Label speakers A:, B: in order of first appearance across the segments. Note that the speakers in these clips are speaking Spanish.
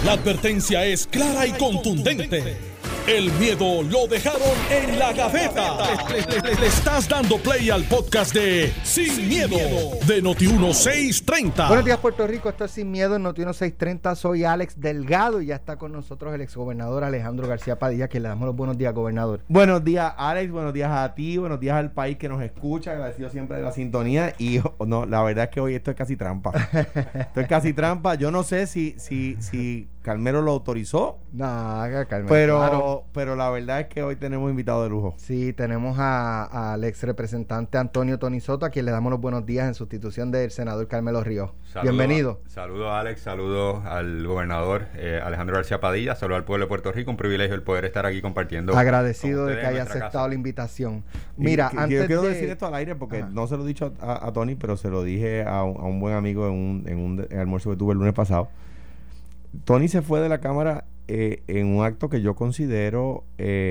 A: La advertencia es clara y contundente. El miedo lo dejaron en la gaveta. Le estás dando play al podcast de Sin Miedo de Noti1630.
B: Buenos días, Puerto Rico. Esto es Sin Miedo en Noti1630. Soy Alex Delgado y ya está con nosotros el exgobernador Alejandro García Padilla, que le damos los buenos días, gobernador.
C: Buenos días, Alex. Buenos días a ti. Buenos días al país que nos escucha. Agradecido siempre de la sintonía. Y no, la verdad es que hoy esto es casi trampa. Esto es casi trampa. Yo no sé si Carmelo lo autorizó.
B: No, Carmelo.
C: Pero la verdad es que hoy tenemos invitado de lujo.
B: Sí, tenemos al ex representante Antonio Tony Soto, a quien le damos los buenos días en sustitución del senador Carmelo Ríos. Bienvenido.
D: Saludos, Alex. Saludos al gobernador Alejandro García Padilla. Saludos al pueblo de Puerto Rico. Un privilegio el poder estar aquí compartiendo.
B: Agradecido de que haya aceptado la invitación. Mira,
C: yo quiero decir esto al aire porque no se lo he dicho a Tony, pero se lo dije a un buen amigo en un almuerzo que tuve el lunes pasado. Tony se fue de la Cámara en un acto que yo considero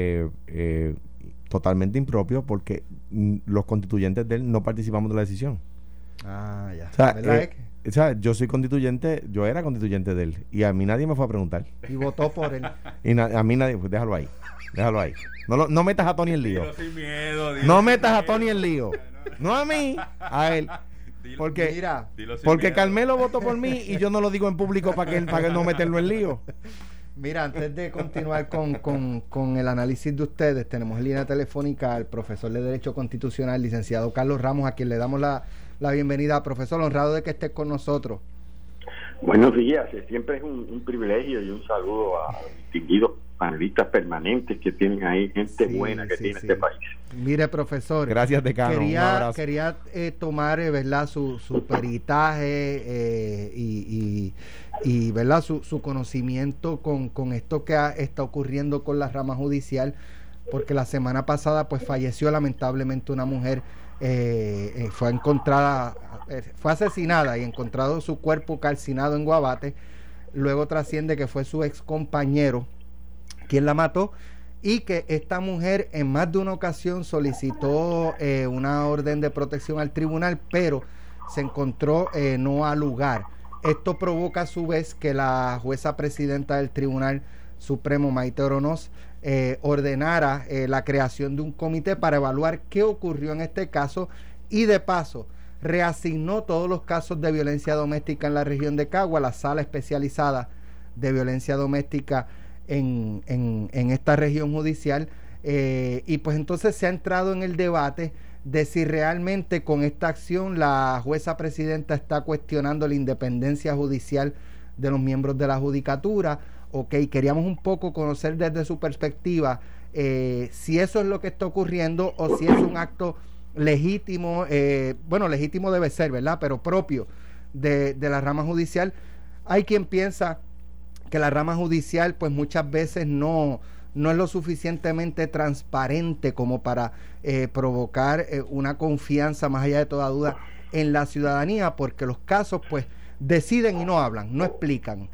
C: totalmente impropio, porque los constituyentes de él no participamos de la decisión.
B: Ah, ya.
C: O sea, yo soy constituyente, yo era constituyente de él, y a mí nadie me fue a preguntar.
B: Y votó por él.
C: Y a mí nadie, pues déjalo ahí. No metas a Tony en lío.
D: Dilo sin miedo.
C: No metas a Tony en lío. No a mí, a él. Porque Carmelo votó por mí y yo no lo digo en público para que no meterlo en lío.
B: Mira, antes de continuar con el análisis de ustedes, tenemos en línea telefónica al profesor de Derecho Constitucional, licenciado Carlos Ramos, a quien le damos la bienvenida. Profesor, honrado de que estés con nosotros.
E: Buenos días, siempre es un privilegio y un saludo a los distinguidos panelistas permanentes que tienen ahí, gente buena que tiene este país.
B: Mire, profesor,
C: gracias, decano.
B: Quería tomar ¿verdad? su peritaje y ¿verdad? Su conocimiento con esto que está ocurriendo con la rama judicial, porque la semana pasada pues falleció lamentablemente una mujer, fue asesinada y encontrado su cuerpo calcinado en Guabate. Luego trasciende que fue su ex compañero quien la mató, y que esta mujer en más de una ocasión solicitó una orden de protección al tribunal, pero se encontró no al lugar. Esto provoca a su vez que la jueza presidenta del Tribunal Supremo, Maite Oronoz, ordenara la creación de un comité para evaluar qué ocurrió en este caso, y de paso reasignó todos los casos de violencia doméstica en la región de Cagua, la sala especializada de violencia doméstica en esta región judicial, y pues entonces se ha entrado en el debate de si realmente con esta acción la jueza presidenta está cuestionando la independencia judicial de los miembros de la judicatura. Queríamos un poco conocer desde su perspectiva si eso es lo que está ocurriendo o si es un acto legítimo, legítimo debe ser, ¿verdad?, pero propio de la rama judicial. Hay quien piensa que la rama judicial pues muchas veces no es lo suficientemente transparente como para provocar una confianza más allá de toda duda en la ciudadanía, porque los casos pues deciden y no hablan, no explican,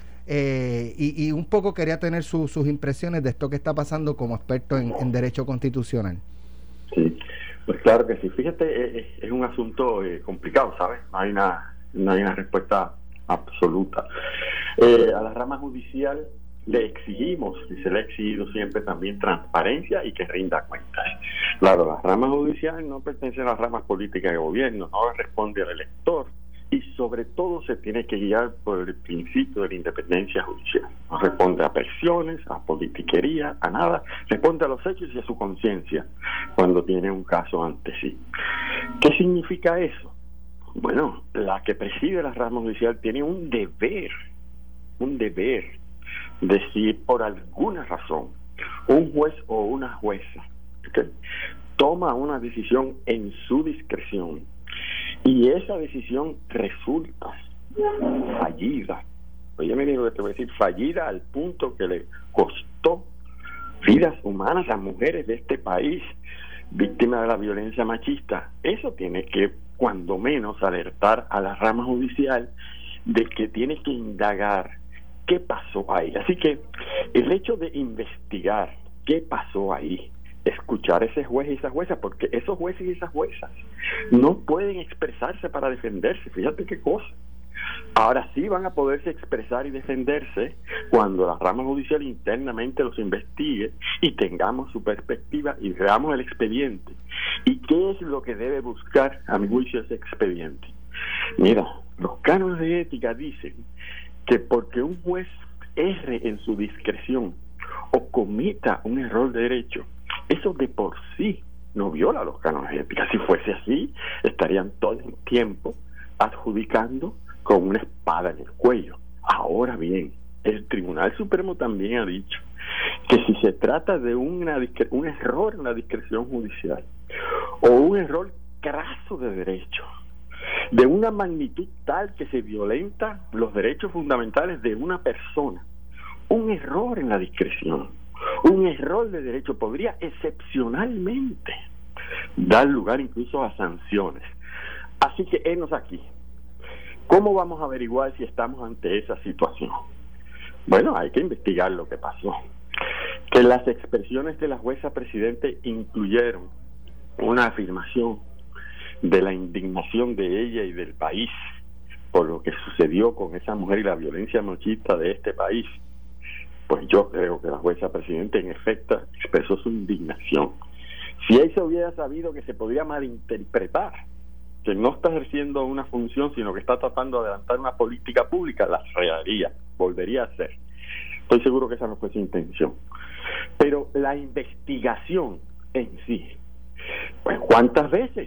B: y un poco quería tener sus impresiones de esto que está pasando como experto en derecho constitucional.
E: Sí, pues claro que sí. Fíjate, es un asunto complicado, ¿sabes? No hay una respuesta absoluta. A la rama judicial le exigimos, y se le ha exigido siempre también, transparencia y que rinda cuentas. Claro, la rama judicial no pertenece a las ramas políticas de gobierno, no responde al elector, y sobre todo se tiene que guiar por el principio de la independencia judicial. No responde a presiones, a politiquería, a nada, responde a los hechos y a su conciencia cuando tiene un caso ante sí. ¿Qué significa eso? Bueno, la que preside la rama judicial tiene un deber de si por alguna razón un juez o una jueza toma una decisión en su discreción y esa decisión resulta fallida, oye, me digo que te voy a decir, fallida al punto que le costó vidas humanas a mujeres de este país víctimas de la violencia machista, eso tiene que cuando menos alertar a la rama judicial de que tiene que indagar qué pasó ahí. Así que el hecho de investigar qué pasó ahí, escuchar a ese juez y esa jueza, porque esos jueces y esas juezas no pueden expresarse para defenderse. Fíjate qué cosa. Ahora sí van a poderse expresar y defenderse cuando la rama judicial internamente los investigue y tengamos su perspectiva y veamos el expediente. ¿Y qué es lo que debe buscar, a mi juicio, ese expediente? Mira, los cánones de ética dicen que porque un juez erre en su discreción o cometa un error de derecho, eso de por sí no viola los cánones de ética. Si fuese así, estarían todo el tiempo adjudicando con una espada en el cuello. Ahora bien, el Tribunal Supremo también ha dicho que si se trata de un error en la discreción judicial o un error craso de derecho, de una magnitud tal que se violenta los derechos fundamentales de una persona, un error en la discreción, un error de derecho podría excepcionalmente dar lugar incluso a sanciones. Así que henos aquí. ¿Cómo vamos a averiguar si estamos ante esa situación? Bueno, hay que investigar lo que pasó. Que las expresiones de la jueza presidente incluyeron una afirmación de la indignación de ella y del país por lo que sucedió con esa mujer y la violencia machista de este país, pues yo creo que la jueza presidente en efecto expresó su indignación. Si ella hubiera sabido que se podía malinterpretar, que no está ejerciendo una función, sino que está tratando de adelantar una política pública, la reharía, volvería a hacer. Estoy seguro que esa no fue su intención. Pero la investigación en sí, pues ¿cuántas veces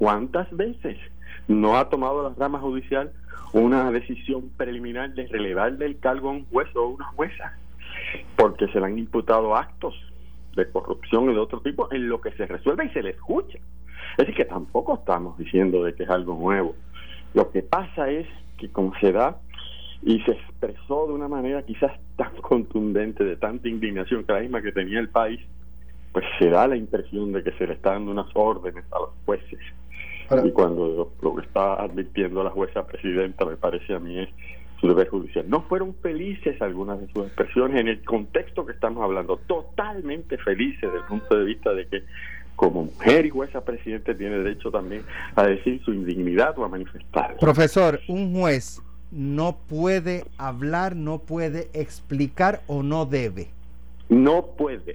E: no ha tomado la rama judicial una decisión preliminar de relevarle el cargo a un juez o a una jueza? Porque se le han imputado actos de corrupción y de otro tipo en lo que se resuelve y se le escucha. Es decir, que tampoco estamos diciendo de que es algo nuevo. Lo que pasa es que como se da y se expresó de una manera quizás tan contundente, de tanta indignación que la misma que tenía el país, pues se da la impresión de que se le está dando unas órdenes a los jueces.
B: Ahora,
E: y cuando lo que está advirtiendo la jueza presidenta, me parece a mí, es su deber judicial. No fueron felices algunas de sus expresiones en el contexto que estamos hablando, totalmente felices desde el punto de vista de que como mujer y jueza presidente tiene derecho también a decir su indignidad o a manifestarla.
B: profesor, un juez no puede hablar, no puede explicar o no debe.
E: No puede.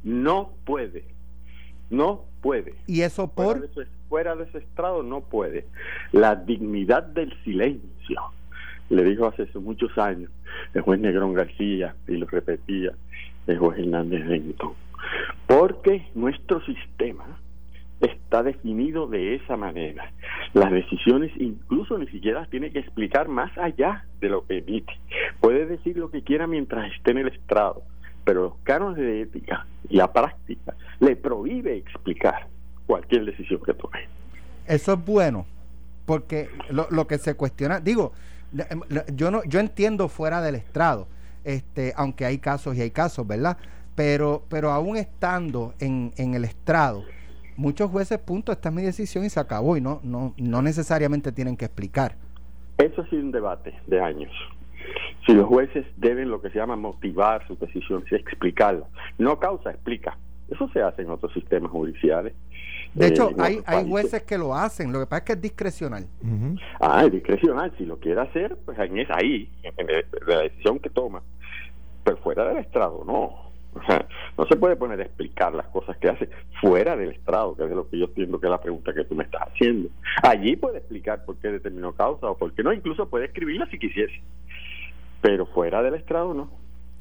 B: ¿Y eso por?
E: Fuera de ese estrado no puede. La dignidad del silencio, le dijo hace muchos años el juez Negrón García, y lo repetía el juez Hernández Denton. Porque nuestro sistema está definido de esa manera. Las decisiones incluso ni siquiera las tiene que explicar más allá de lo que emite. Puede decir lo que quiera mientras esté en el estrado, pero los cánones de ética y la práctica le prohíbe explicar cualquier decisión que tome.
B: Eso es bueno, porque lo que se cuestiona, digo, yo entiendo fuera del estrado, aunque hay casos y hay casos, ¿verdad? Pero aún estando en el estrado, muchos jueces, punto, esta es mi decisión y se acabó, y no necesariamente tienen que explicar.
E: Eso ha sido un debate de años. Si los jueces deben lo que se llama motivar sus decisiones, explicarlas. No causa, explica. Eso se hace en otros sistemas judiciales.
B: De hecho, hay jueces que lo hacen, lo que pasa es que es discrecional.
C: Uh-huh.
E: Es discrecional. Si lo quiere hacer, pues en la decisión que toma. Pero fuera del estrado, no. O sea, no se puede poner a explicar las cosas que hace fuera del estrado, que es lo que yo entiendo que es la pregunta que tú me estás haciendo. Allí puede explicar por qué determinó causa o por qué no, incluso puede escribirla si quisiese, pero fuera del estrado no.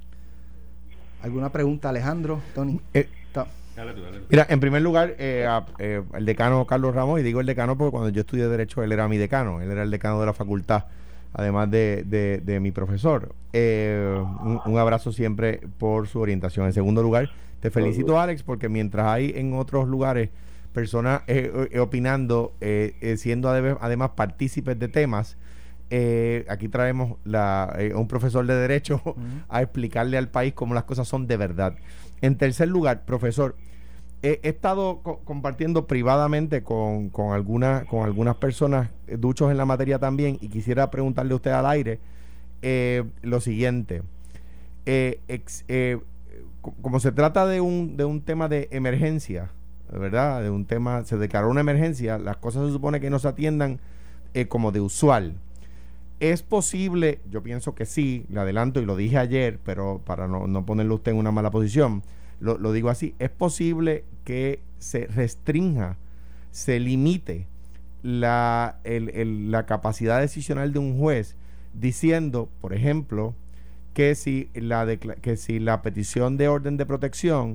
B: ¿Alguna pregunta, Alejandro, Tony?
D: Dale tú.
C: Mira, en primer lugar, el decano Carlos Ramos, y digo el decano porque cuando yo estudié Derecho él era mi decano, él era el decano de la facultad, además de mi profesor. Un abrazo siempre por su orientación. En segundo lugar, te felicito, Alex, porque mientras hay en otros lugares personas opinando, siendo además partícipes de temas, aquí traemos un profesor de Derecho a explicarle al país cómo las cosas son de verdad. En tercer lugar, profesor, he estado compartiendo privadamente con algunas personas duchos en la materia también, y quisiera preguntarle a usted al aire lo siguiente. Como se trata de un tema de emergencia, ¿verdad? De un tema, se declaró una emergencia, las cosas se supone que no se atiendan como de usual. Es posible, yo pienso que sí, le adelanto y lo dije ayer, pero para no ponerlo usted en una mala posición, lo digo así, es posible que se restrinja, se limite la capacidad decisional de un juez diciendo, por ejemplo, que si la petición de orden de protección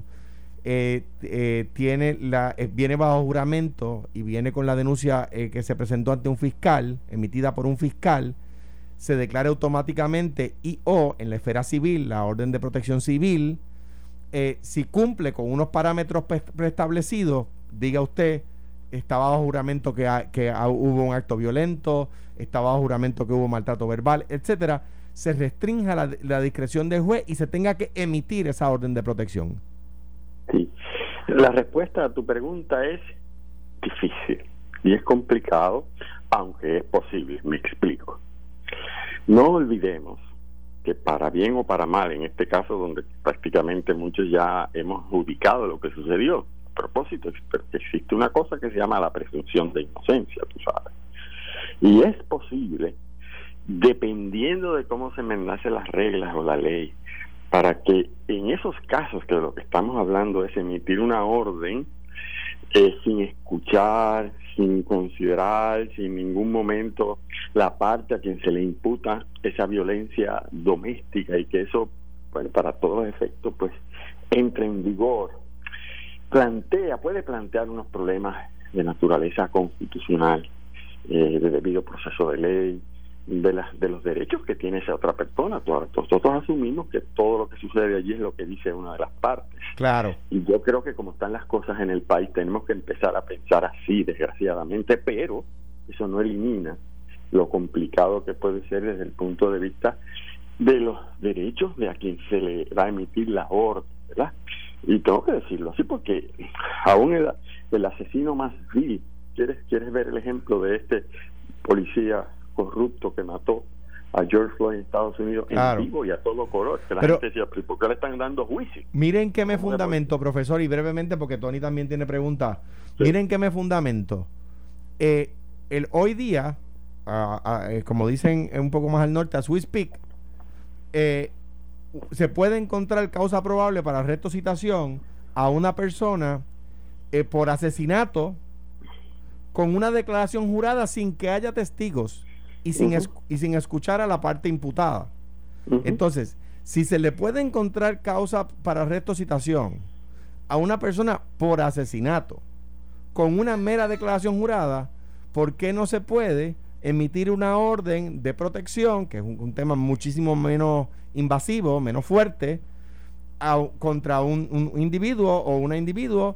C: viene bajo juramento y viene con la denuncia que se presentó ante un fiscal, emitida por un fiscal, se declare automáticamente o en la esfera civil, la orden de protección civil, si cumple con unos parámetros preestablecidos, diga usted, está bajo juramento que hubo un acto violento, está bajo juramento que hubo maltrato verbal, etcétera, se restrinja la discreción del juez y se tenga que emitir esa orden de protección.
E: Sí, la respuesta a tu pregunta es difícil y es complicado, aunque es posible, me explico. No olvidemos que para bien o para mal, en este caso donde prácticamente muchos ya hemos judicado lo que sucedió, a propósito, existe una cosa que se llama la presunción de inocencia, tú sabes. Y es posible, dependiendo de cómo se enmendacen las reglas o la ley, para que en esos casos que de lo que estamos hablando es emitir una orden sin escuchar, sin considerar, sin ningún momento la parte a quien se le imputa esa violencia doméstica y que eso, bueno, para todos los efectos, pues entre en vigor, puede plantear unos problemas de naturaleza constitucional, de debido proceso de ley, de los derechos que tiene esa otra persona. Nosotros asumimos que todo lo que sucede allí es lo que dice una de las partes.
C: Claro.
E: Y yo creo que como están las cosas en el país, tenemos que empezar a pensar así, desgraciadamente, pero eso no elimina lo complicado que puede ser desde el punto de vista de los derechos de a quien se le va a emitir la orden, ¿verdad? Y tengo que decirlo así porque aún el asesino más vil, ¿quieres ver el ejemplo de este policía corrupto que mató a George Floyd en Estados Unidos, claro, en vivo y a todo color, que la gente decía, ¿por qué le están dando juicio?
C: Miren que me fundamento, profesor, y brevemente porque Tony también tiene preguntas. Sí. Miren que me fundamento. Hoy día, como dicen un poco más al norte, a Swiss Peak, se puede encontrar causa probable para arresto o citación a una persona por asesinato con una declaración jurada sin que haya testigos y sin escuchar a la parte imputada. Entonces, si se le puede encontrar causa para arresto o citación a una persona por asesinato con una mera declaración jurada, ¿por qué no se puede emitir una orden de protección, que es un tema muchísimo menos invasivo, menos fuerte, contra un individuo o una individuo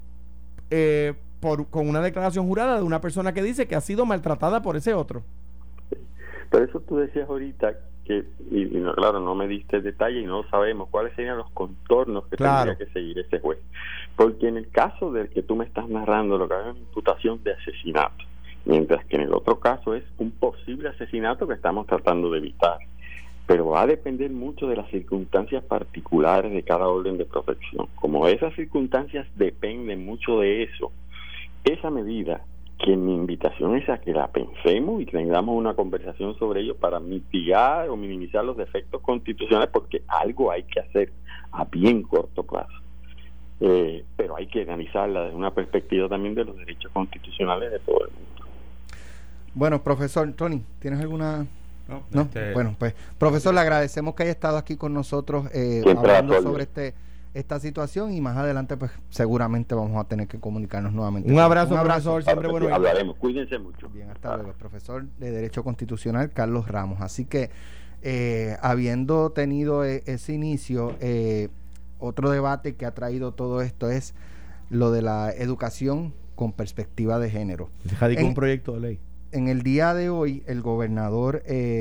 C: con una declaración jurada de una persona que dice que ha sido maltratada por ese otro?
E: Por eso tú decías ahorita que, claro, no me diste detalle y no sabemos cuáles serían los contornos que tendría que seguir ese juez. Porque en el caso del que tú me estás narrando, lo que hay es una imputación de asesinato, mientras que en el otro caso es un posible asesinato que estamos tratando de evitar. Pero va a depender mucho de las circunstancias particulares de cada orden de protección. Como esas circunstancias dependen mucho de eso, esa medida, que mi invitación es a que la pensemos y tengamos una conversación sobre ello para mitigar o minimizar los defectos constitucionales, porque algo hay que hacer a bien corto plazo. Pero hay que analizarla desde una perspectiva también de los derechos constitucionales de todo el mundo.
B: Bueno, profesor Tony, ¿tienes alguna...? ¿No? Bueno, pues, profesor, le agradecemos que haya estado aquí con nosotros hablando sobre esta situación y más adelante pues seguramente vamos a tener que comunicarnos nuevamente.
C: Un abrazo, profesor, siempre bueno.
E: Hablaremos, cuídense mucho.
B: Bien, hasta luego. Profesor de Derecho Constitucional Carlos Ramos. Así que habiendo tenido ese inicio, otro debate que ha traído todo esto es lo de la educación con perspectiva de género.
C: Deja de un proyecto de ley.
B: En el día de hoy el gobernador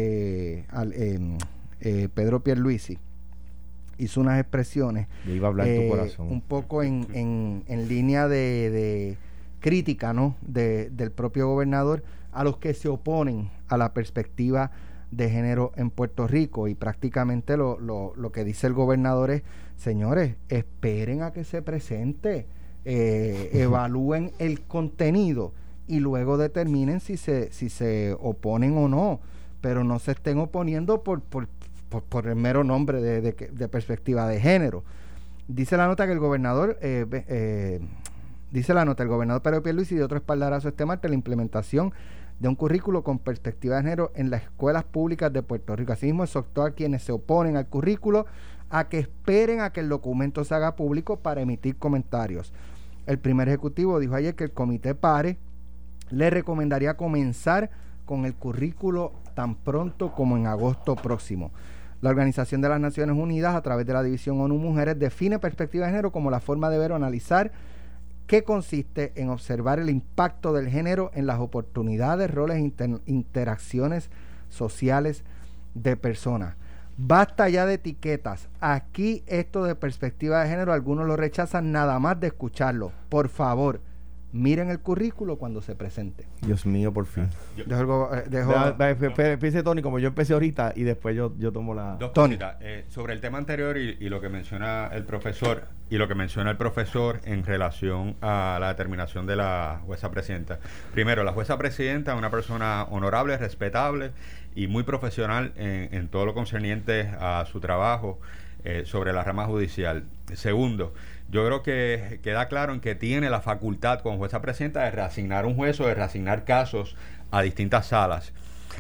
B: Pedro Pierluisi hizo unas expresiones un poco en línea de crítica, ¿no? del propio gobernador a los que se oponen a la perspectiva de género en Puerto Rico, y prácticamente lo que dice el gobernador es: señores, esperen a que se presente, evalúen el contenido y luego determinen si se oponen o no, pero no se estén oponiendo por el mero nombre de perspectiva de género. Dice la nota que el gobernador Pedro Pierluisi dio otro espaldarazo este martes la implementación de un currículo con perspectiva de género en las escuelas públicas de Puerto Rico. Asimismo, exhortó a quienes se oponen al currículo a que esperen a que el documento se haga público para emitir comentarios. El primer ejecutivo dijo ayer que el comité PARE le recomendaría comenzar con el currículo tan pronto como en agosto próximo. La Organización de las Naciones Unidas, a través de la División ONU Mujeres, define perspectiva de género como la forma de ver o analizar que consiste en observar el impacto del género en las oportunidades, roles e interacciones sociales de personas. Basta ya de etiquetas. Aquí esto de perspectiva de género, algunos lo rechazan nada más de escucharlo. Por favor, miren el currículo cuando se presente.
C: Dios mío, por fin. Empiece Tony, como yo empecé ahorita, y después yo tomo la...
D: Dos cositas. Sobre el tema anterior y lo que menciona el profesor, en relación a la determinación de la jueza presidenta. Primero, la jueza presidenta es una persona honorable, respetable y muy profesional en todo lo concerniente a su trabajo sobre la rama judicial. Segundo, yo creo que queda claro en que tiene la facultad como jueza presidenta de reasignar un juez o de reasignar casos a distintas salas.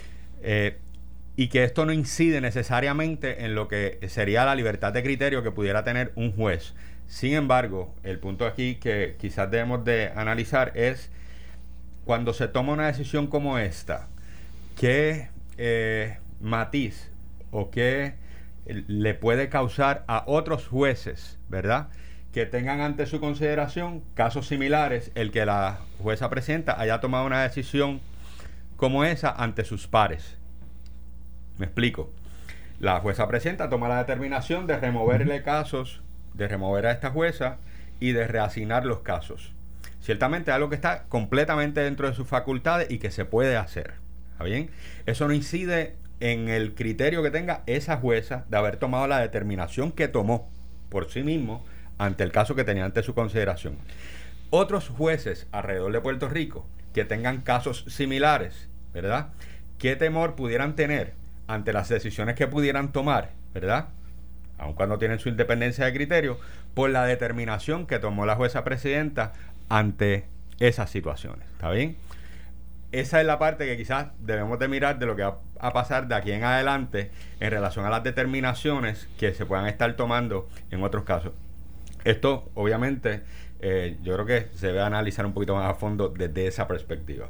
D: Y que esto no incide necesariamente en lo que sería la libertad de criterio que pudiera tener un juez. Sin embargo, el punto aquí que quizás debemos de analizar es cuando se toma una decisión como esta, ¿qué matiz o qué le puede causar a otros jueces, ¿verdad?, que tengan ante su consideración casos similares, el que la jueza presidenta haya tomado una decisión como esa ante sus pares? Me explico. La jueza presidenta toma la determinación de removerle casos, de remover a esta jueza y de reasignar los casos. Ciertamente es algo que está completamente dentro de sus facultades y que se puede hacer. ¿Está bien? Eso no incide en el criterio que tenga esa jueza de haber tomado la determinación que tomó por sí mismo ante el caso que tenía ante su consideración. Otros jueces alrededor de Puerto Rico que tengan casos similares, ¿verdad?, ¿qué temor pudieran tener ante las decisiones que pudieran tomar, ¿verdad?, aun cuando tienen su independencia de criterio, por la determinación que tomó la jueza presidenta ante esas situaciones? ¿Está bien? Esa es la parte que quizás debemos de mirar de lo que va a pasar de aquí en adelante en relación a las determinaciones que se puedan estar tomando en otros casos. Esto, obviamente, yo creo que se debe analizar un poquito más a fondo desde esa perspectiva.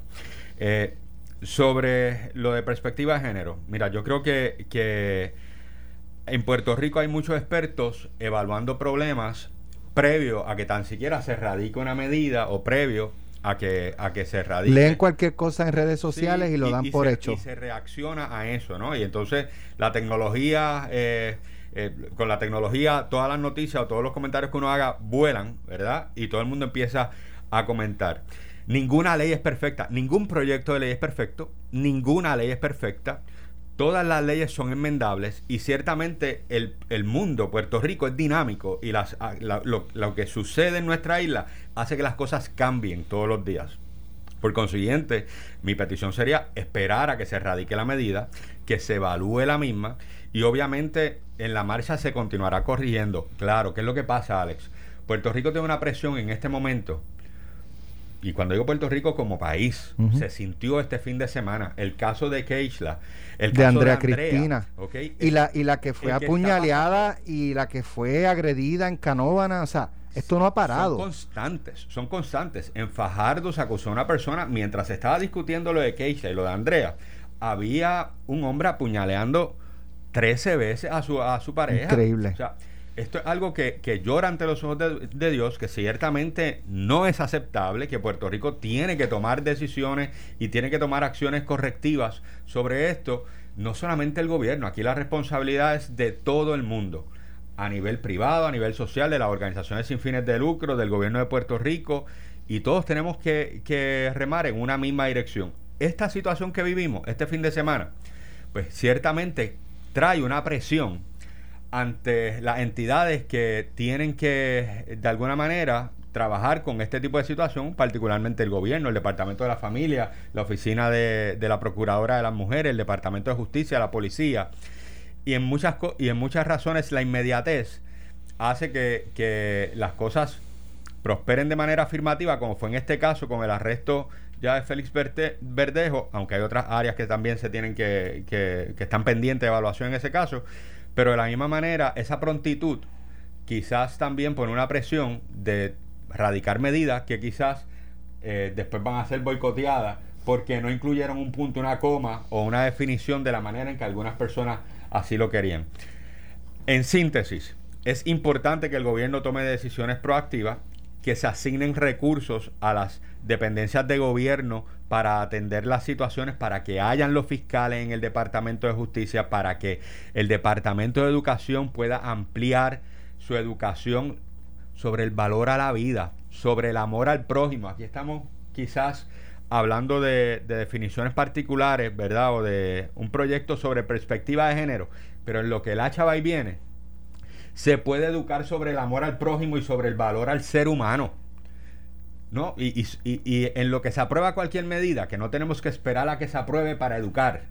D: Sobre lo de perspectiva de género, mira, yo creo que en Puerto Rico hay muchos expertos evaluando problemas previo a que tan siquiera se radique una medida o previo a que se radique.
B: Leen cualquier cosa en redes sociales, sí, y lo dan por hecho.
D: Y se reacciona a eso, ¿no? Y entonces la tecnología, con la tecnología, todas las noticias o todos los comentarios que uno haga vuelan, ¿verdad? Y todo el mundo empieza a comentar. Ninguna ley es perfecta, ningún proyecto de ley es perfecto, ninguna ley es perfecta. Todas las leyes son enmendables y ciertamente el mundo, Puerto Rico, es dinámico y lo que sucede en nuestra isla hace que las cosas cambien todos los días. Por consiguiente, mi petición sería esperar a que se radique la medida, que se evalúe la misma y obviamente en la marcha se continuará corrigiendo. Claro, ¿qué es lo que pasa, Alex? Puerto Rico tiene una presión en este momento. Y cuando digo Puerto Rico como país, se sintió este fin de semana el caso de Keishla, el caso de Andrea
B: Cristina, ¿okay? y la que fue apuñaleada y la que fue agredida en Canóvana, o sea, esto no ha parado.
D: Son constantes. En Fajardo se acusó a una persona, mientras se estaba discutiendo lo de Keishla y lo de Andrea, había un hombre apuñaleando 13 veces a su pareja.
B: Increíble.
D: O sea, esto es algo que llora ante los ojos de Dios, que ciertamente no es aceptable, que Puerto Rico tiene que tomar decisiones y tiene que tomar acciones correctivas sobre esto. No solamente el gobierno, aquí la responsabilidad es de todo el mundo, a nivel privado, a nivel social, de las organizaciones sin fines de lucro, del gobierno de Puerto Rico, y todos tenemos que remar en una misma dirección. Esta situación que vivimos este fin de semana, pues ciertamente trae una presión ante las entidades que tienen que, de alguna manera, trabajar con este tipo de situación, particularmente el gobierno, el Departamento de la Familia, la Oficina de la Procuradora de las Mujeres, el Departamento de Justicia, la Policía. Y en muchas razones la inmediatez hace que las cosas prosperen de manera afirmativa, como fue en este caso con el arresto ya de Félix Verdejo, aunque hay otras áreas que también se tienen que están pendientes de evaluación en ese caso, pero de la misma manera esa prontitud quizás también pone una presión de radicar medidas que quizás después van a ser boicoteadas porque no incluyeron un punto, una coma o una definición de la manera en que algunas personas así lo querían. En síntesis, es importante que el gobierno tome decisiones proactivas, que se asignen recursos a las dependencias de gobierno para atender las situaciones, para que hayan los fiscales en el Departamento de Justicia, para que el Departamento de Educación pueda ampliar su educación sobre el valor a la vida, sobre el amor al prójimo. Aquí estamos quizás hablando de definiciones particulares, ¿verdad? O de un proyecto sobre perspectiva de género, pero en lo que el hacha va y viene, se puede educar sobre el amor al prójimo y sobre el valor al ser humano, ¿no? Y en lo que se aprueba cualquier medida, que no tenemos que esperar a que se apruebe para educar.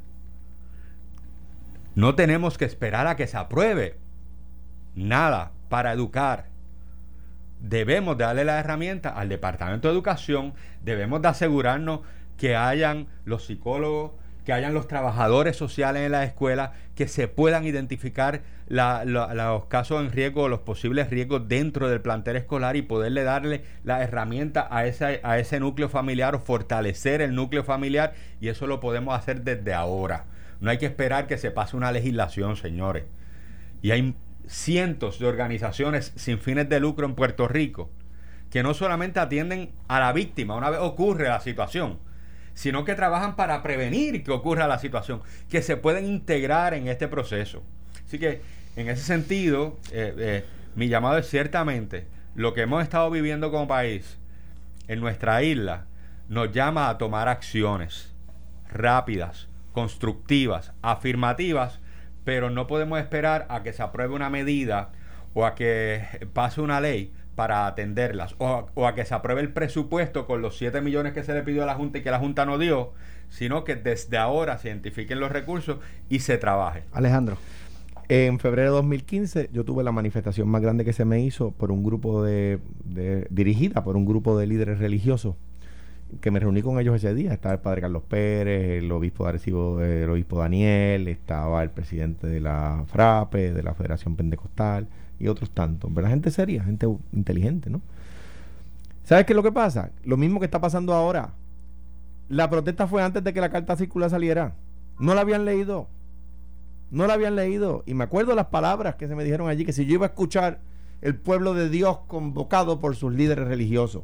D: No tenemos que esperar a que se apruebe nada para educar. Debemos de darle la herramienta al Departamento de Educación, debemos de asegurarnos que hayan los psicólogos, que hayan los trabajadores sociales en la escuela, que se puedan identificar los casos en riesgo, los posibles riesgos dentro del plantel escolar y poderle darle la herramienta a ese núcleo familiar o fortalecer el núcleo familiar, y eso lo podemos hacer desde ahora. No hay que esperar que se pase una legislación, señores. Y hay cientos de organizaciones sin fines de lucro en Puerto Rico que no solamente atienden a la víctima una vez ocurre la situación, sino que trabajan para prevenir que ocurra la situación, que se pueden integrar en este proceso. Así que, en ese sentido, mi llamado es ciertamente lo que hemos estado viviendo como país en nuestra isla nos llama a tomar acciones rápidas, constructivas, afirmativas, pero no podemos esperar a que se apruebe una medida o a que pase una ley para atenderlas, o a que se apruebe el presupuesto con los 7 millones que se le pidió a la Junta y que la Junta no dio, sino que desde ahora se identifiquen los recursos y se trabaje.
B: Alejandro.
C: En febrero de 2015 yo tuve la manifestación más grande que se me hizo por un grupo dirigida por un grupo de líderes religiosos, que me reuní con ellos ese día. Estaba el padre Carlos Pérez, el obispo de Arecibo, el obispo Daniel, estaba el presidente de la FRAPE, de la Federación Pentecostal, y otros tantos, ¿verdad? Gente seria, gente inteligente, ¿no? ¿Sabes qué es lo que pasa? Lo mismo que está pasando ahora. La protesta fue antes de que la carta circular saliera. No la habían leído. No la habían leído. Y me acuerdo las palabras que se me dijeron allí, que si yo iba a escuchar el pueblo de Dios convocado por sus líderes religiosos.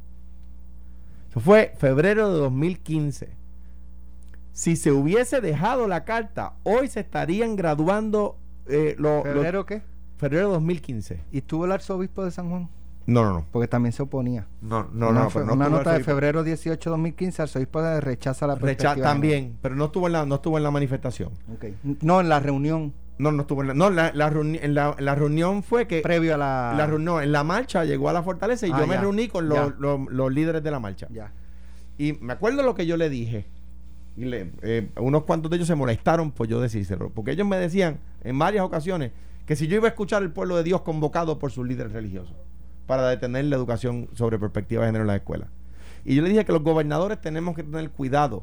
C: Eso fue febrero de 2015. Si se hubiese dejado la carta, hoy se estarían graduando
B: ¿Febrero qué?
C: Febrero de 2015.
B: ¿Y estuvo el arzobispo de San Juan?
C: No.
B: Porque también se oponía.
C: No,
B: una nota de febrero 18 de 2015, el arzobispo rechaza la perspectiva.
C: También, pero no estuvo en la manifestación.
B: Okay. No, en la reunión.
C: No estuvo en la reunión fue que
B: previo a la
C: en la marcha llegó a la Fortaleza y yo me reuní con los líderes de la marcha.
B: Ya.
C: Y me acuerdo lo que yo le dije. Y unos cuantos de ellos se molestaron por yo decírselo, porque ellos me decían en varias ocasiones que si yo iba a escuchar el pueblo de Dios convocado por sus líderes religiosos para detener la educación sobre perspectiva de género en las escuelas. Y yo le dije que los gobernadores tenemos que tener cuidado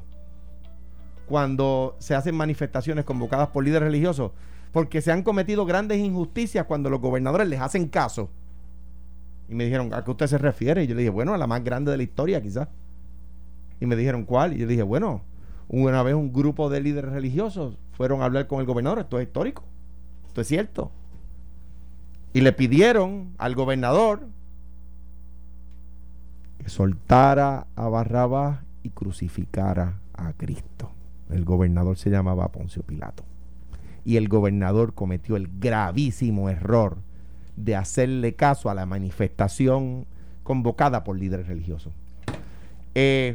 C: cuando se hacen manifestaciones convocadas por líderes religiosos, porque se han cometido grandes injusticias cuando los gobernadores les hacen caso. Y me dijeron, ¿a qué usted se refiere? Y yo le dije, bueno, a la más grande de la historia quizás. Y me dijeron, ¿cuál? Y yo le dije, bueno, una vez un grupo de líderes religiosos fueron a hablar con el gobernador. Esto es histórico, esto es cierto. Y le pidieron al gobernador que soltara a Barrabás y crucificara a Cristo. El gobernador se llamaba Poncio Pilato. Y el gobernador cometió el gravísimo error de hacerle caso a la manifestación convocada por líderes religiosos. El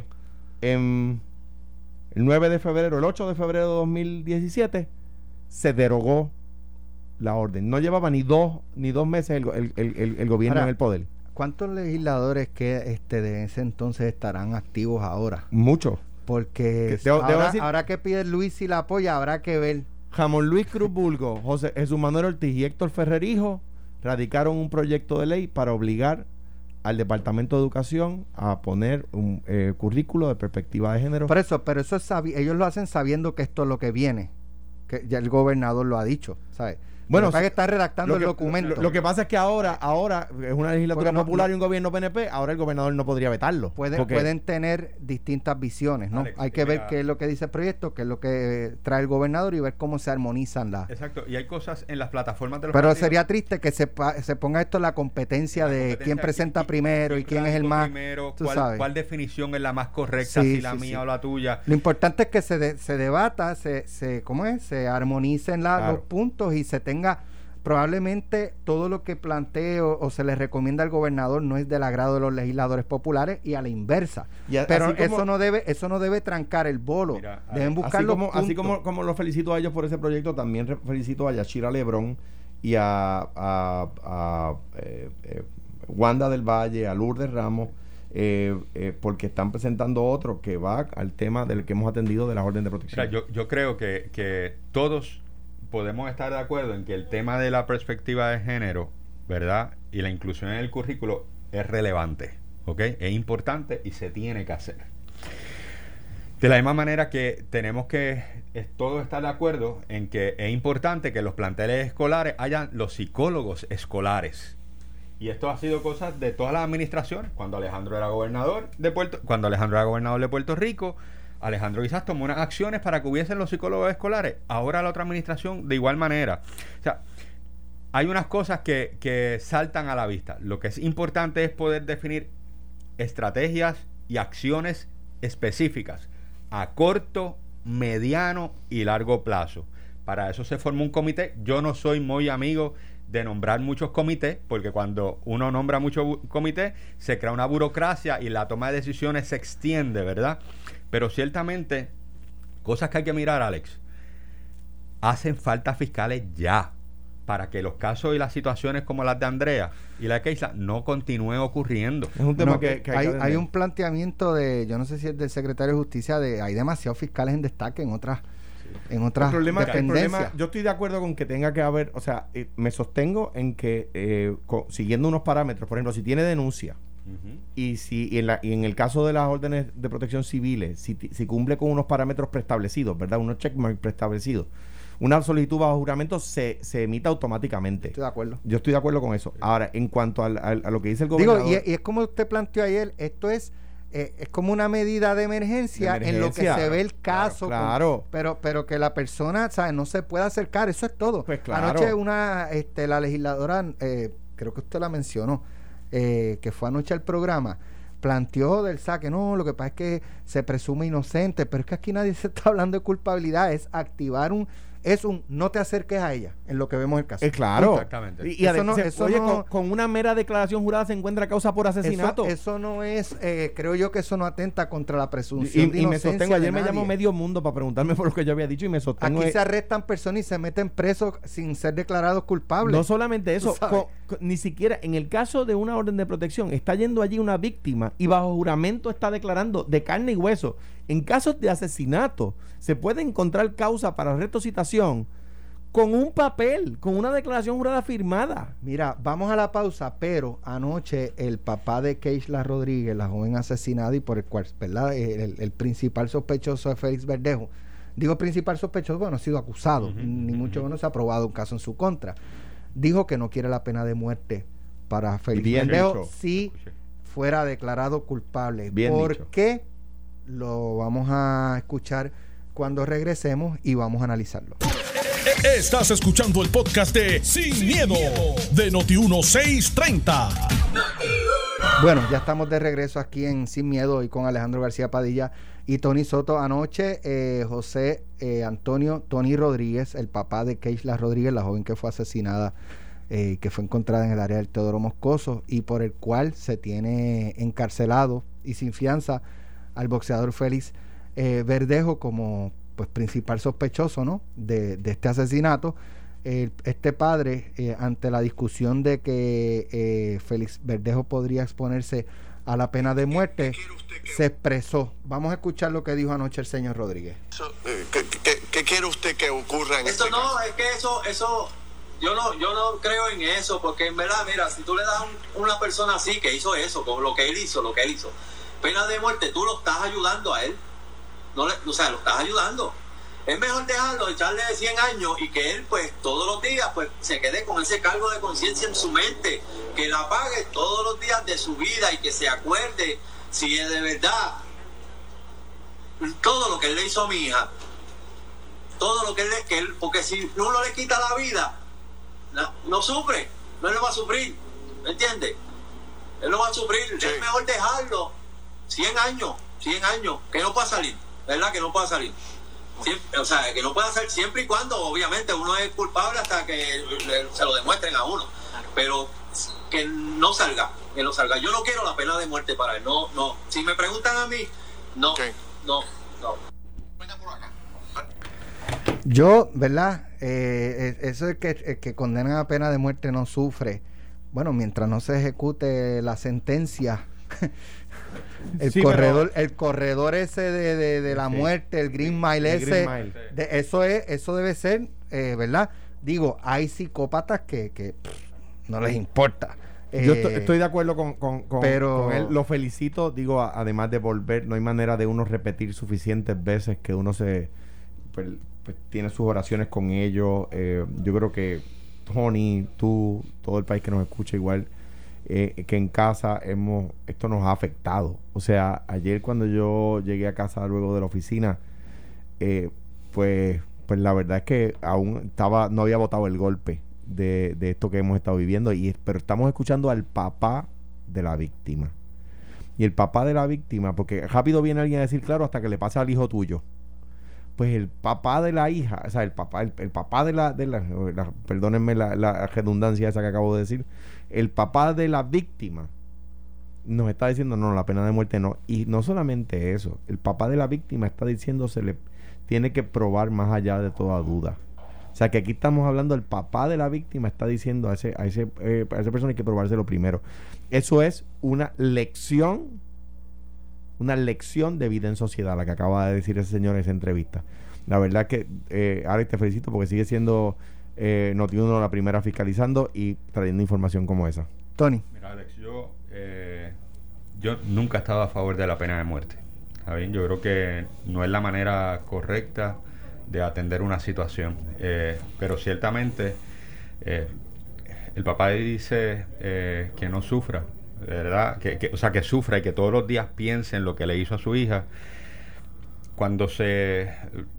C: 9 de febrero, el 8 de febrero de 2017, se derogó la orden. No llevaba ni dos meses el gobierno en el poder.
B: ¿Cuántos legisladores que de ese entonces estarán activos ahora?
C: Mucho.
B: Porque ahora que pide Luis si la apoya, habrá que ver.
C: Ramón Luis Cruz Bulgo, José Jesús Manuel Ortiz y Héctor Ferrerijo radicaron un proyecto de ley para obligar al Departamento de Educación a poner un currículo de perspectiva de género.
B: Pero eso ellos lo hacen sabiendo que esto es lo que viene, que ya el gobernador lo ha dicho, ¿sabes? Bueno, para que está redactando el documento.
C: Lo que pasa es que ahora es una legislatura popular y un gobierno PNP, ahora el gobernador no podría vetarlo.
B: Pueden tener distintas visiones, ¿no? Alex, hay que ver qué es lo que dice el proyecto, qué es lo que trae el gobernador y ver cómo se armonizan las...
D: Exacto, y hay cosas en las plataformas de los
B: Pero partidos. Sería triste que se ponga esto en la competencia de quién presenta primero y quién es el más...
D: Primero, ¿cuál definición es la más correcta, si la mía o la tuya?
B: Lo importante es que se debata, ¿cómo es? Se armonicen los puntos y se tenga probablemente todo lo que plantee o se le recomienda al gobernador no es del agrado de los legisladores populares y a la inversa. Pero eso no debe trancar el bolo. Mira, deben buscar los puntos.
C: Así como los felicito a ellos por ese proyecto, también felicito a Yashira Lebrón y a Wanda del Valle, a Lourdes Ramos, porque están presentando otro que va al tema del que hemos atendido de la orden de protección.
D: Mira, yo creo que todos podemos estar de acuerdo en que el tema de la perspectiva de género, ¿verdad? Y la inclusión en el currículo es relevante, ¿ok? Es importante y se tiene que hacer. De la misma manera que tenemos que todos estar de acuerdo en que es importante que en los planteles escolares hayan los psicólogos escolares. Y esto ha sido cosas de todas las administraciones. Cuando Alejandro era gobernador de Puerto Rico, Alejandro quizás tomó unas acciones para que hubiesen los psicólogos escolares. Ahora la otra administración de igual manera. O sea, hay unas cosas que saltan a la vista. Lo que es importante es poder definir estrategias y acciones específicas a corto, mediano y largo plazo. Para eso se forma un comité. Yo no soy muy amigo de nombrar muchos comités, porque cuando uno nombra muchos comités se crea una burocracia y la toma de decisiones se extiende, ¿verdad? Pero ciertamente, cosas que hay que mirar, Alex, hacen falta fiscales ya, para que los casos y las situaciones como las de Andrea y la de Keisla no continúen ocurriendo.
C: Es un tema que
B: hay un planteamiento de, yo no sé si es del secretario de Justicia, hay demasiados fiscales en destaque en otras dependencias.
C: Yo estoy de acuerdo con que tenga que haber, o sea, me sostengo en que siguiendo unos parámetros, por ejemplo, si tiene denuncia, y en el caso de las órdenes de protección civiles, si cumple con unos parámetros preestablecidos, ¿verdad? Unos checkmarks preestablecidos, una solicitud bajo juramento se emite automáticamente.
B: Estoy de acuerdo.
C: Yo estoy de acuerdo con eso. Sí. Ahora, en cuanto a lo que dice el gobernador...
B: y es como usted planteó ayer, esto es como una medida de emergencia en lo que se ve el caso.
C: Claro.
B: Pero que la persona, ¿sabes? No se pueda acercar, eso es todo.
C: Pues claro.
B: Anoche la legisladora, creo que usted la mencionó, que fue anoche al programa, planteó del saque, no, lo que pasa es que se presume inocente, pero es que aquí nadie se está hablando de culpabilidad, es activar no te acerques a ella, en lo que vemos el caso.
C: Claro.
D: Exactamente.
C: Y con una mera declaración jurada se encuentra causa por asesinato.
B: Eso no es, creo yo que eso no atenta contra la presunción de inocencia.
C: Y me sostengo, ayer me llamó medio mundo para preguntarme por lo que yo había dicho y me sostengo.
B: Aquí se arrestan personas y se meten presos sin ser declarados culpables.
C: No solamente eso, ni siquiera en el caso de una orden de protección, está yendo allí una víctima y bajo juramento está declarando de carne y hueso. En casos de asesinato se puede encontrar causa para arresto o citación con un papel, con una declaración jurada firmada.
B: Mira, vamos a la pausa, pero anoche el papá de Keisla Rodríguez, la joven asesinada y por el cual, ¿verdad? El principal sospechoso de Félix Verdejo, digo principal sospechoso, bueno, ha sido acusado, ni mucho menos se ha aprobado un caso en su contra, dijo que no quiere la pena de muerte para Félix Verdejo si fuera declarado culpable. ¿Por qué? Lo vamos a escuchar cuando regresemos y vamos a analizarlo.
A: Estás escuchando el podcast de Sin Miedo de Noti1630.
B: Bueno, ya estamos de regreso aquí en Sin Miedo y con Alejandro García Padilla y Tony Soto. Anoche José Antonio Tony Rodríguez, el papá de Keisla Rodríguez, la joven que fue asesinada, que fue encontrada en el área del Teodoro Moscoso y por el cual se tiene encarcelado y sin fianza al boxeador Félix Verdejo como pues principal sospechoso, ¿no? de este asesinato. este padre, ante la discusión de que Félix Verdejo podría exponerse a la pena de muerte, se expresó. Vamos a escuchar lo que dijo anoche el señor Rodríguez.
F: ¿Qué quiere usted que ocurra en
G: eso?
F: este
G: No,
F: caso?
G: es que eso yo no creo en eso, porque en verdad, mira, si tú le das a una persona así que hizo eso, con lo que él hizo, pena de muerte, tú lo estás ayudando a él. Lo estás ayudando. Es mejor dejarlo, echarle 100 años y que él, pues, todos los días, pues, se quede con ese cargo de conciencia en su mente, que la pague todos los días de su vida y que se acuerde si es de verdad todo lo que él le hizo a mi hija, todo lo que él, porque si uno le quita la vida, no sufre, no le va a sufrir, ¿me entiendes? Él no va a sufrir, sí. Es mejor dejarlo 100 años, que no pueda salir, ¿verdad? Que no pueda salir. Siempre, o sea, que no pueda ser siempre y cuando, obviamente, uno es culpable hasta que se lo demuestren a uno. Pero que no salga. Yo no quiero la pena de muerte para él. No. Si me preguntan a mí, no. Okay. No.
F: Venga por acá.
B: Yo, ¿verdad? Eso es que el que condenan a pena de muerte no sufre. Bueno, mientras no se ejecute la sentencia. El corredor ese de la muerte, el Green Mile ese, eso debe ser, ¿verdad? Digo, hay psicópatas que no les importa.
C: Yo estoy de acuerdo con él, lo felicito, digo, además de volver, no hay manera de uno repetir suficientes veces que uno pues tiene sus oraciones con ellos. Yo creo que Tony, tú, todo el país que nos escucha igual, que en casa esto nos ha afectado. O sea, ayer cuando yo llegué a casa luego de la oficina, pues la verdad es que aún no había botado el golpe de esto que hemos estado viviendo, pero estamos escuchando al papá de la víctima. Y el papá de la víctima, porque rápido viene alguien a decir, claro, hasta que le pase al hijo tuyo. Pues el papá de la hija, o sea, el papá de la perdónenme la redundancia esa que acabo de decir, el papá de la víctima nos está diciendo, no, la pena de muerte no. Y no solamente eso, el papá de la víctima está diciendo, se le tiene que probar más allá de toda duda. O sea, que aquí estamos hablando, el papá de la víctima está diciendo a esa persona hay que probárselo primero. Eso es una lección de vida en sociedad, la que acaba de decir ese señor en esa entrevista. La verdad que, Alex, te felicito porque sigue siendo Noti1 la primera fiscalizando y trayendo información como esa.
B: Tony.
D: Mira, Alex, yo nunca he estado a favor de la pena de muerte. ¿Saben? Yo creo que no es la manera correcta de atender una situación. Pero ciertamente, el papá dice que no sufra, ¿verdad? O sea, que sufra y que todos los días piense en lo que le hizo a su hija. Cuando se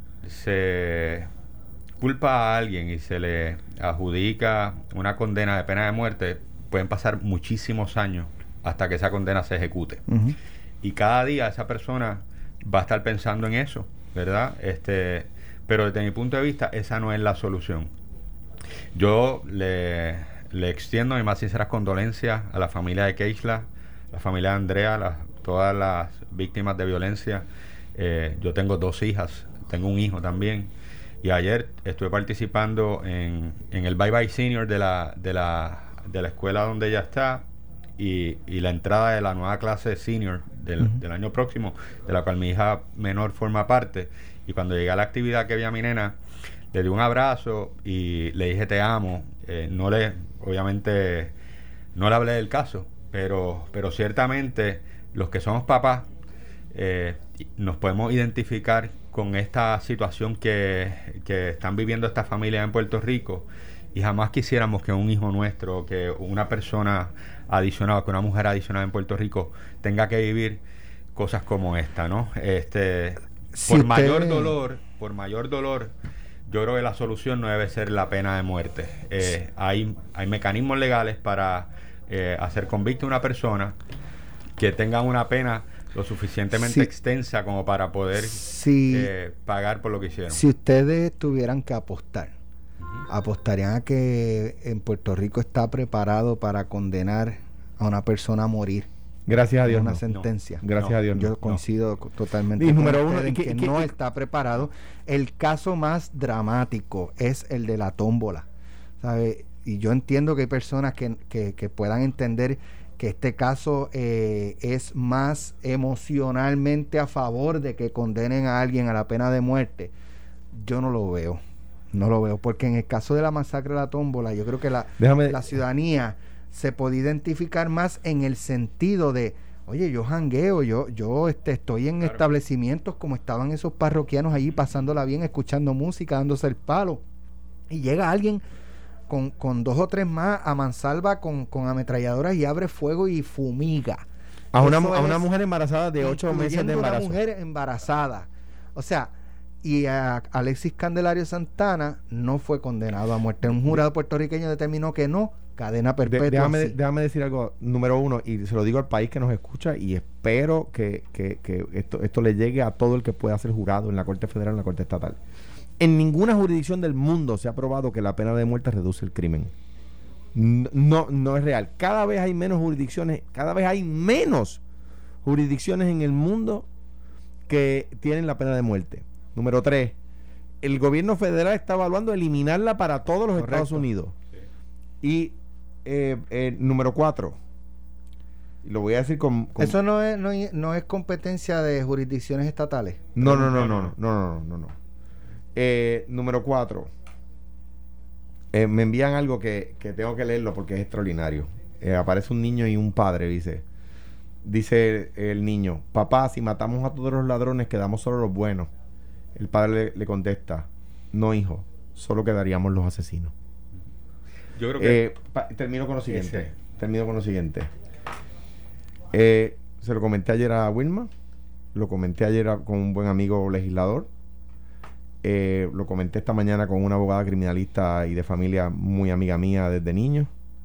D: culpa a alguien y se le adjudica una condena de pena de muerte, pueden pasar muchísimos años hasta que esa condena se ejecute. Uh-huh. Y cada día esa persona va a estar pensando en eso, ¿verdad? Pero desde mi punto de vista, esa no es la solución. Yo le extiendo mis más sinceras condolencias a la familia de Keishla, la familia de Andrea, todas las víctimas de violencia. Yo tengo 2 hijas, tengo un hijo también. Y ayer estuve participando en el Bye Bye Senior de la escuela donde ella está y la entrada de la nueva clase senior del año próximo, de la cual mi hija menor forma parte. Y cuando llegué a la actividad que vi a mi nena, le di un abrazo y le dije te amo. Obviamente no le hablé del caso, pero ciertamente los que somos papás nos podemos identificar con esta situación que están viviendo estas familias en Puerto Rico, y jamás quisiéramos que un hijo nuestro, que una persona adicional, que una mujer adicional en Puerto Rico tenga que vivir cosas como esta, ¿no? Por mayor dolor, yo creo que la solución no debe ser la pena de muerte. Hay mecanismos legales para hacer convicta a una persona que tenga una pena lo suficientemente extensa como para poder pagar por lo que hicieron.
B: Si ustedes tuvieran que apostar, ¿apostarían a que en Puerto Rico está preparado para condenar a una persona a morir?
C: Gracias a Dios.
B: Una sentencia.
C: Gracias a Dios.
B: Yo coincido totalmente.
C: Y número uno,
B: en que no está preparado. El caso más dramático es el de la tómbola. ¿sabe? Y yo entiendo que hay personas que puedan entender que este caso es más emocionalmente a favor de que condenen a alguien a la pena de muerte. Yo no lo veo, porque en el caso de la masacre de la Tómbola, yo creo que la ciudadanía se puede identificar más en el sentido de, oye, yo jangueo, yo estoy en establecimientos como estaban esos parroquianos allí pasándola bien, escuchando música, dándose el palo, y llega alguien con 2 o 3 más a mansalva con ametralladoras y abre fuego y fumiga
C: a una mujer embarazada de 8 meses de embarazo.
B: Una mujer embarazada. O sea, y a Alexis Candelario Santana no fue condenado a muerte. Un jurado puertorriqueño determinó que no, cadena perpetua.
C: Déjame decir algo, número 1, y se lo digo al país que nos escucha, y espero que esto le llegue a todo el que pueda ser jurado en la Corte Federal, en la Corte Estatal. En ninguna jurisdicción del mundo se ha probado que la pena de muerte reduce el crimen. No es real. Cada vez hay menos jurisdicciones en el mundo que tienen la pena de muerte. Número 3, el gobierno federal está evaluando eliminarla para todos los Estados Unidos. Sí. Y número 4, lo voy a decir con
B: eso no es competencia de jurisdicciones estatales.
C: No. Número 4, me envían algo que tengo que leerlo porque es extraordinario. Aparece un niño y un padre, dice el niño: papá, si matamos a todos los ladrones quedamos solo los buenos. El padre le contesta: no, hijo, solo quedaríamos los asesinos.
D: Yo creo que
C: termino con lo siguiente. Se lo comenté ayer a Wilma, lo comenté ayer con un buen amigo legislador, lo comenté esta mañana con una abogada criminalista y de familia muy amiga mía desde niño,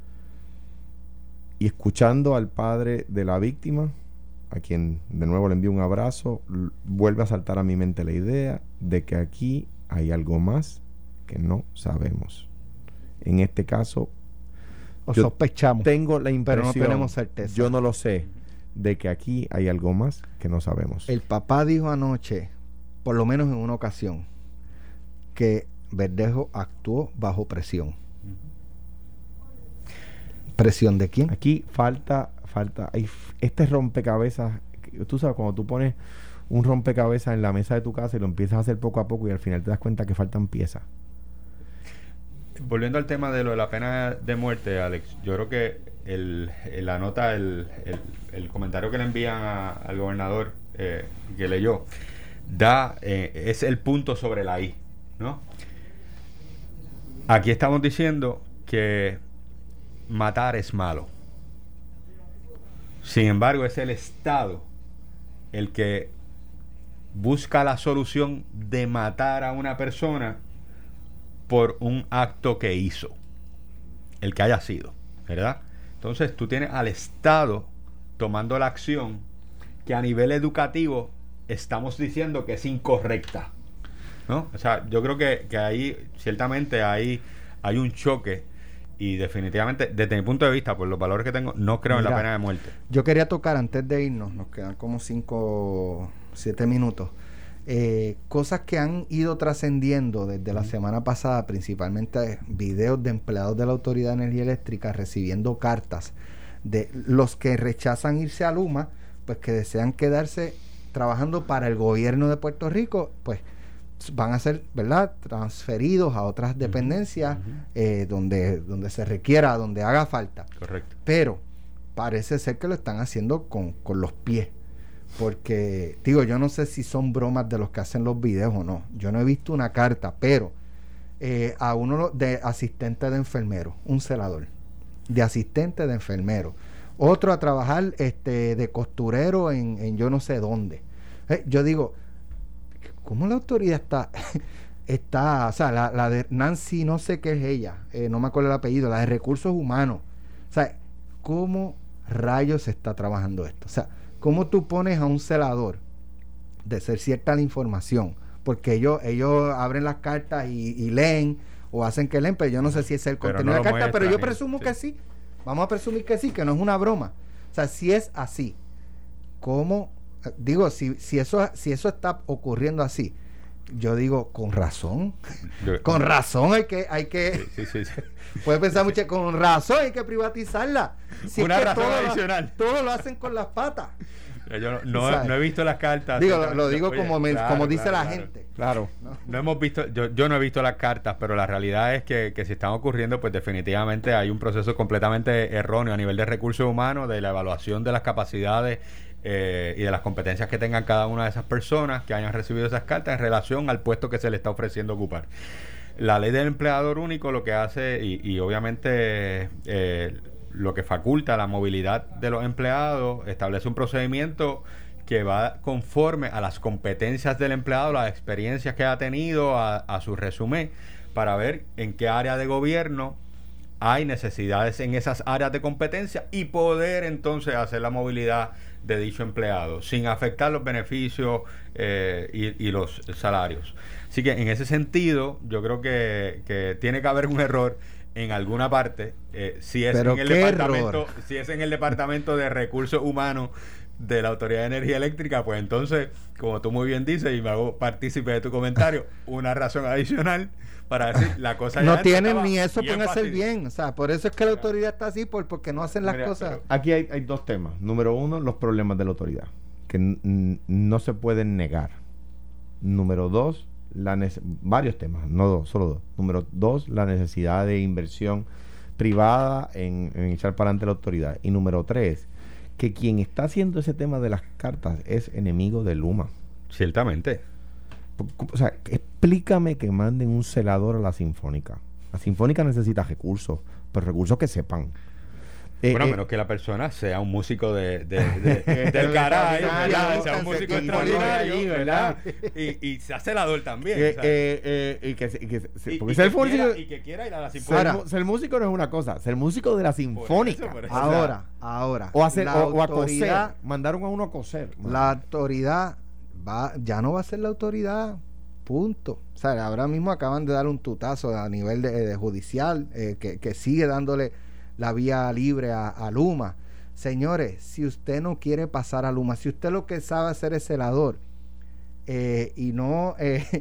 C: y escuchando al padre de la víctima, a quien de nuevo le envío un abrazo, vuelve a saltar a mi mente la idea de que aquí hay algo más que no sabemos. En este caso,
B: sospechamos,
C: tengo la impresión,
B: pero no tenemos certeza.
C: Yo no lo sé, de que aquí hay algo más que no sabemos.
B: El papá dijo anoche, por lo menos en una ocasión, que Verdejo actuó bajo presión. ¿Presión de quién?
C: Aquí falta hay este rompecabezas. Tú sabes, cuando tú pones un rompecabezas en la mesa de tu casa y lo empiezas a hacer poco a poco y al final te das cuenta que faltan piezas.
D: Volviendo al tema de lo de la pena de muerte, Alex, yo creo que la nota, el comentario que le envían al gobernador que leyó, es el punto sobre la I, ¿no? Aquí estamos diciendo que matar es malo. Sin embargo, es el Estado el que busca la solución de matar a una persona por un acto que hizo, el que haya sido, ¿verdad? Entonces tú tienes al Estado tomando la acción que a nivel educativo estamos diciendo que es incorrecta, ¿no? O sea, yo creo que ahí ciertamente hay un choque, y definitivamente desde mi punto de vista, por los valores que tengo, no creo en la pena de muerte.
B: Yo quería tocar, antes de irnos, nos quedan como 5 o 7 minutos, cosas que han ido trascendiendo desde la semana pasada, principalmente videos de empleados de la Autoridad de Energía Eléctrica recibiendo cartas de los que rechazan irse a Luma, pues que desean quedarse trabajando para el gobierno de Puerto Rico, pues van a ser, ¿verdad?, transferidos a otras dependencias donde se requiera, donde haga falta.
D: Correcto.
B: Pero parece ser que lo están haciendo con los pies. Porque, digo, yo no sé si son bromas de los que hacen los videos o no. Yo no he visto una carta, pero a uno de asistente de enfermero, un celador, de asistente de enfermero, otro a trabajar de costurero en yo no sé dónde. Yo digo, ¿cómo la autoridad está, o sea, la de Nancy, no sé qué es ella, no me acuerdo el apellido, la de recursos humanos? O sea, ¿cómo rayos se está trabajando esto? O sea, ¿cómo tú pones a un celador de ser cierta la información? Porque ellos abren las cartas y leen, o hacen que leen, pero yo no sé si es el contenido de la carta, pero yo presumo que sí. Vamos a presumir que sí, que no es una broma. O sea, si es así, ¿cómo? Digo, si eso está ocurriendo así, yo digo, con razón. Con razón hay que
D: Sí.
B: puede pensar mucho, con razón hay que privatizarla. Si
D: Una
B: es que
D: razón adicional.
B: todo lo hacen con las patas.
D: Yo no he visto las cartas.
B: Digo, lo digo
D: Oye,
B: como dice
D: claro,
B: la
D: claro.
B: gente.
C: Claro.
D: No hemos visto, yo no he visto las cartas, pero la realidad es que si están ocurriendo, pues definitivamente hay un proceso completamente erróneo a nivel de recursos humanos, de la evaluación de las capacidades y de las competencias que tengan cada una de esas personas que hayan recibido esas cartas en relación al puesto que se le está ofreciendo ocupar. La ley del empleador único lo que hace, y obviamente lo que faculta la movilidad de los empleados, establece un procedimiento que va conforme a las competencias del empleado, las experiencias que ha tenido, a su resumen, para ver en qué área de gobierno hay necesidades en esas áreas de competencia y poder entonces hacer la movilidad de dicho empleado sin afectar los beneficios y los salarios. Así que en ese sentido yo creo que tiene que haber un error en alguna parte, si es
B: Pero
D: en el
B: ¿qué
D: departamento,
B: error?
D: si es en el departamento de recursos humanos de la Autoridad de Energía Eléctrica, pues entonces, como tú muy bien dices y me hago partícipe de tu comentario, una razón adicional para decir la cosa ya
B: No
D: antes
B: tienen
D: estaba
B: ni eso
D: bien
B: pueden hacer
D: fácil.
B: bien. O sea, por eso es que la autoridad está así, porque no hacen las
C: Mira,
B: cosas.
C: Aquí hay dos temas. Número uno, los problemas de la autoridad, que no se pueden negar. Número dos, varios temas, no dos, solo dos. Número dos, la necesidad de inversión privada en echar para adelante la autoridad. Y número tres, que quien está haciendo ese tema de las cartas es enemigo de Luma.
D: Ciertamente.
C: O sea, explícame que manden un celador a la Sinfónica. La Sinfónica necesita recursos, pero recursos que sepan.
D: Bueno, a menos que la persona sea un músico del caray, ¿verdad? Sea un músico extraordinario, ¿verdad? Y sea celador también.
C: Y
D: que quiera ir a la Sinfónica.
C: ser músico no es una cosa, ser músico de la Sinfónica.
D: Por eso.
B: Ahora.
C: O hacer
B: la
C: o a coser.
B: autoridad-
C: Mandaron a uno a coser.
B: La autoridad ya no va a ser la autoridad, punto. O sea, ahora mismo acaban de dar un tutazo a nivel de judicial, que sigue dándole la vía libre a Luma. Señores, si usted no quiere pasar a Luma, si usted lo que sabe hacer es celador y no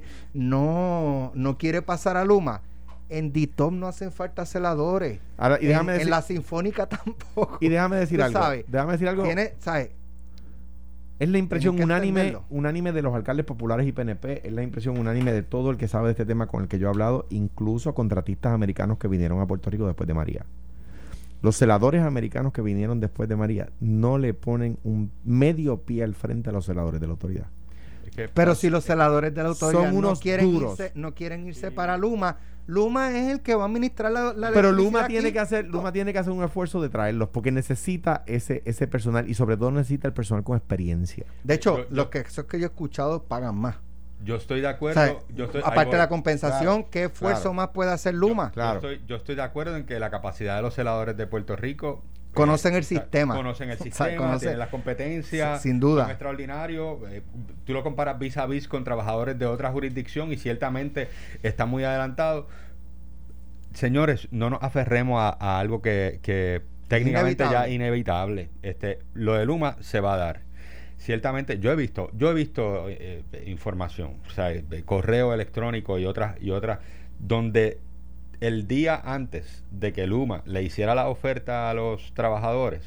B: quiere pasar a Luma, en DITOM no hacen falta celadores.
C: Ahora, y déjame
B: en
C: decir,
B: la Sinfónica tampoco.
C: y déjame decir
B: Tú
C: algo.
B: sabes,
C: Déjame decir algo.
B: ¿sabes?
C: Es la impresión
B: Tienen que entenderlo.
C: unánime de los alcaldes populares y PNP, es la impresión unánime de todo el que sabe de este tema con el que yo he hablado, incluso contratistas americanos que vinieron a Puerto Rico después de María. Los celadores americanos que vinieron después de María no le ponen un medio pie al frente a los celadores de la autoridad.
B: Pero si los celadores de la autoridad
C: Son unos duros.
B: no quieren irse para Luma es el que va a administrar la
C: Pero
B: electricidad
C: Luma
B: aquí.
C: tiene que hacer un esfuerzo de traerlos porque necesita ese personal y sobre todo necesita el personal con experiencia.
B: De hecho,
D: Yo-
B: esos que yo he escuchado pagan más.
D: Yo estoy de
B: O
D: acuerdo.
B: sea,
D: ahí
B: aparte
D: voy.
B: de la compensación,
C: Claro,
B: ¿qué esfuerzo
C: claro.
B: más puede hacer Luma?
C: Claro.
D: Yo estoy de acuerdo en que la capacidad de los celadores de Puerto Rico
B: Conocen el
D: o sea,
B: sistema.
D: Conocen el
B: O sea,
D: sistema, tienen las competencias.
B: sin duda.
D: Son extraordinarios. Tú lo comparas vis a vis con trabajadores de otra jurisdicción y ciertamente está muy adelantado. Señores, no nos aferremos a algo que técnicamente ya es inevitable. Lo de Luma se va a dar. Ciertamente, yo he visto información, o sea, de correo electrónico y otras, donde el día antes de que Luma le hiciera la oferta a los trabajadores,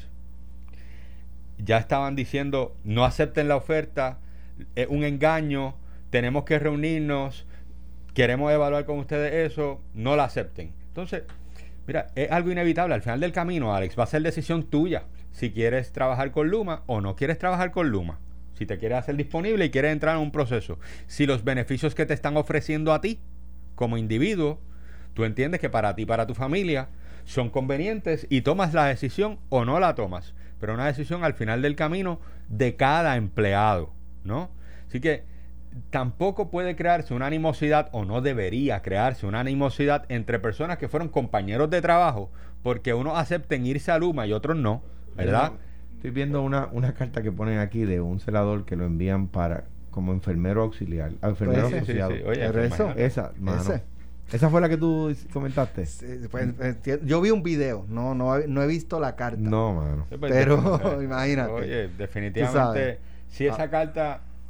D: ya estaban diciendo, no acepten la oferta, es un engaño, tenemos que reunirnos, queremos evaluar con ustedes eso, no la acepten. Entonces, mira, es algo inevitable. Al final del camino, Alex, va a ser decisión tuya si quieres trabajar con Luma o no quieres trabajar con Luma. Si te quieres hacer disponible y quieres entrar en un proceso. Si los beneficios que te están ofreciendo a ti, como individuo, tú entiendes que para ti y para tu familia son convenientes y tomas la decisión o no la tomas. Pero una decisión al final del camino de cada empleado, ¿no? Así que tampoco puede crearse una animosidad, o no debería crearse una animosidad entre personas que fueron compañeros de trabajo porque unos acepten irse a Luma y otros no, ¿verdad?
C: Estoy viendo una carta que ponen aquí de un celador que lo envían como enfermero auxiliar. Enfermero
B: Pues sí,
C: asociado.
D: sí. Oye,
B: Pero eso,
D: imagínate.
C: Esa, mano.
B: Ese.
C: Esa fue la que tú comentaste.
B: Sí, pues, yo vi un video, no he visto la carta.
C: No, mano.
D: Sí, pues,
B: Pero, imagínate.
D: Oye,
B: Tú
D: definitivamente,
B: sabes.
D: si esa carta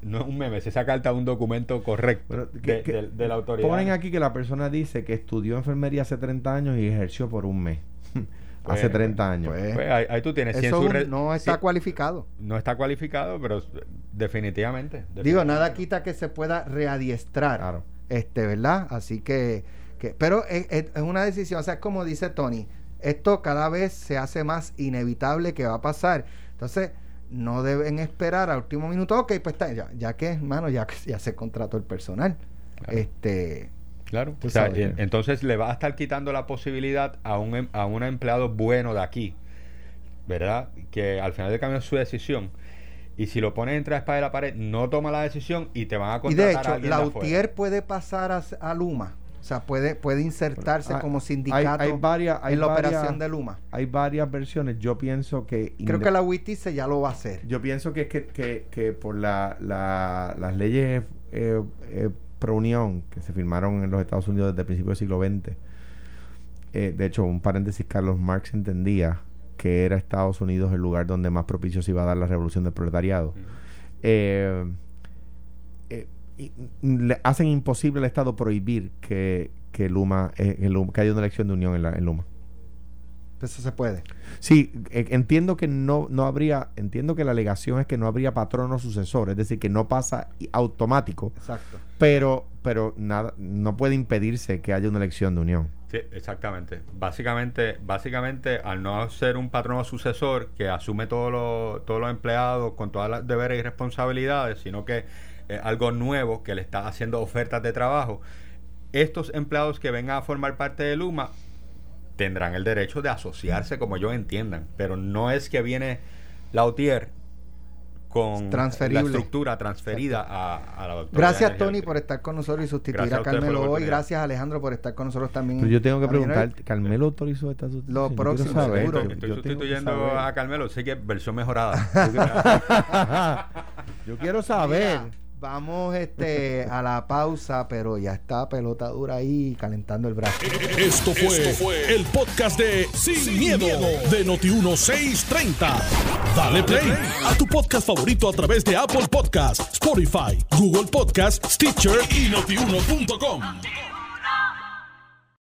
D: no es un meme, si esa carta es un documento correcto de la autoridad.
C: Ponen aquí que la persona dice que estudió enfermería hace 30 años y ejerció por un mes. Hace 30 años.
B: Pues,
D: ahí tú tienes.
B: Eso no está cualificado.
D: No está cualificado, pero definitivamente.
B: Digo, nada quita que se pueda readiestrar.
C: Claro.
B: ¿Verdad? Así que pero es una decisión, o sea, como dice Tony, esto cada vez se hace más inevitable que va a pasar. Entonces, no deben esperar al último minuto. Ok, pues está, ya que, hermano, ya se contrató el personal.
D: Claro. Claro, o sea, entonces le va a estar quitando la posibilidad a un empleado bueno de aquí, ¿verdad? Que al final del camino es su decisión. Y si lo pones entre la espada y la pared, no toma la decisión y te van a contratar.
B: Y de hecho,
D: a alguien de
B: Lautier puede pasar a Luma. O sea, puede insertarse como sindicato
C: hay
B: la operación de Luma.
C: Hay varias versiones. Yo pienso que...
B: Creo que la UITICE ya lo va a hacer.
C: Yo pienso que por las leyes pro unión que se firmaron en los Estados Unidos desde el principio del siglo XX. De hecho, un paréntesis, Carlos Marx entendía que era Estados Unidos el lugar donde más propicio se iba a dar la revolución del proletariado. Le hacen imposible al Estado prohibir que Luma, que haya una elección de unión en Luma.
B: Eso se puede.
C: Sí, entiendo que no habría, entiendo que la alegación es que no habría patrono sucesor, es decir, que no pasa automático.
B: Exacto.
C: Pero nada, no puede impedirse que haya una elección de unión.
D: Sí, exactamente. Básicamente, al no ser un patrono sucesor que asume todos los empleados con todas las deberes y responsabilidades, sino que es algo nuevo que le está haciendo ofertas de trabajo, estos empleados que vengan a formar parte de Luma tendrán el derecho de asociarse como ellos entiendan, pero no es que viene Lautier con la estructura transferida a la doctora.
B: Gracias, Tony, por estar con nosotros y sustituir a Carmelo hoy. Gracias, Alejandro, por estar con nosotros también.
C: Pero yo tengo que preguntar, ¿Carmelo autorizó esta sustitución?
B: Lo próximo, seguro.
D: Estoy sustituyendo a Carmelo, sé que es versión mejorada.
C: Yo quiero saber.
B: Mira, vamos a la pausa, pero ya está pelota dura ahí calentando el brazo.
A: Esto fue el podcast de Sin miedo de Noti1630. Dale play a tu podcast favorito a través de Apple Podcasts, Spotify, Google Podcasts, Stitcher y Notiuno.com.